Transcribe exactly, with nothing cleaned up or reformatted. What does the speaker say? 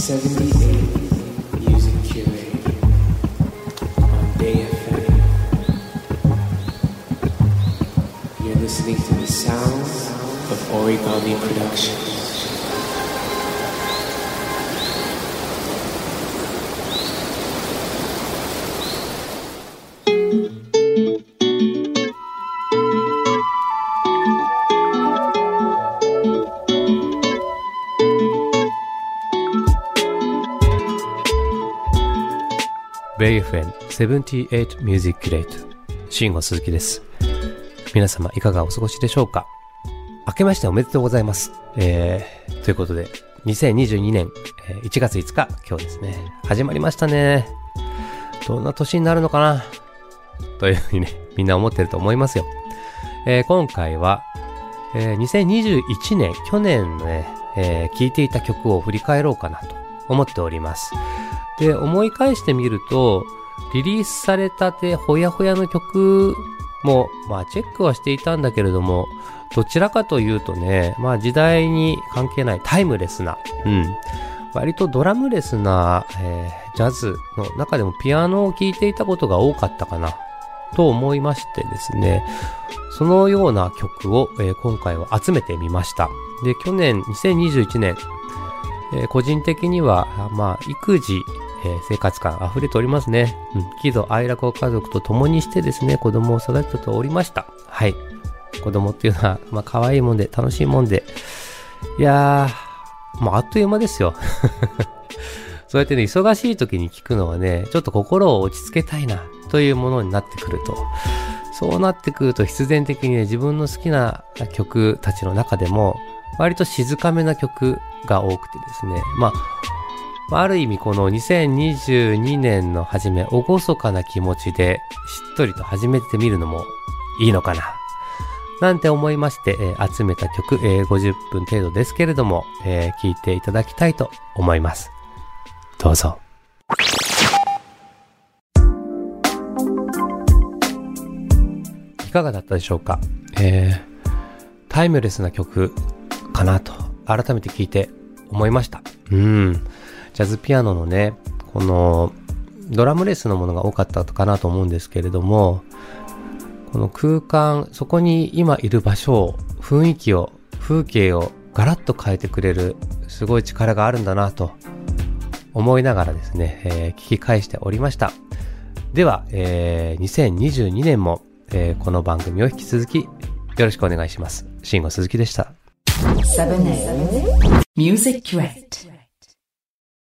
seventy-eight Music Curator on Bay エフエム. You're listening to the sounds of Origami Productions. Bay エフエム セブンティーエイト Music Crate 慎吾鈴木です。皆様いかがお過ごしでしょうか。明けましておめでとうございます。えー、ということでにせんにじゅうにねんいちがついつか今日ですね、始まりましたね。どんな年になるのかなというふうにね、みんな思ってると思いますよ。えー、今回は、えー、にせんにじゅういちねん去年ね、えー、聴いていた曲を振り返ろうかなと思っております。で、思い返してみると、リリースされたてほやほやの曲も、まあチェックはしていたんだけれども、どちらかというとね、まあ時代に関係ないタイムレスな、うん、割とドラムレスな、えー、ジャズの中でもピアノを聴いていたことが多かったかな、と思いましてですね、そのような曲を、えー、今回は集めてみました。で、去年にせんにじゅういちねん、えー、個人的には、まあ育児、えー、生活感溢れておりますね。うん、喜怒哀楽を家族と共にしてですね、子供を育てておりました。はい。子供っていうのは、まあ可愛いもんで、楽しいもんで。いやー、もうあっという間ですよ。そうやってね、忙しい時に聞くのはね、ちょっと心を落ち着けたいな、というものになってくると。そうなってくると必然的にね、自分の好きな曲たちの中でも、割と静かめな曲が多くてですね、まあ、ある意味このにせんにじゅうにねんの初め、厳かな気持ちでしっとりと始めてみるのもいいのかななんて思いまして、えー、集めた曲、えー、ごじゅっぷん程度ですけれども、えー、聴いていただきたいと思います。どうぞ。いかがだったでしょうか。えー、タイムレスな曲かなと改めて聴いて思いました。うん。ジャズピアノのね、このドラムレスのものが多かったかなと思うんですけれども、この空間、そこに今いる場所を、雰囲気を、風景をガラッと変えてくれるすごい力があるんだなと思いながらですね、えー、聞き返しておりました。では、えー、にせんにじゅうにねんも、えー、この番組を引き続きよろしくお願いします。慎吾鈴木でした。 セブンティーエイト Music Crate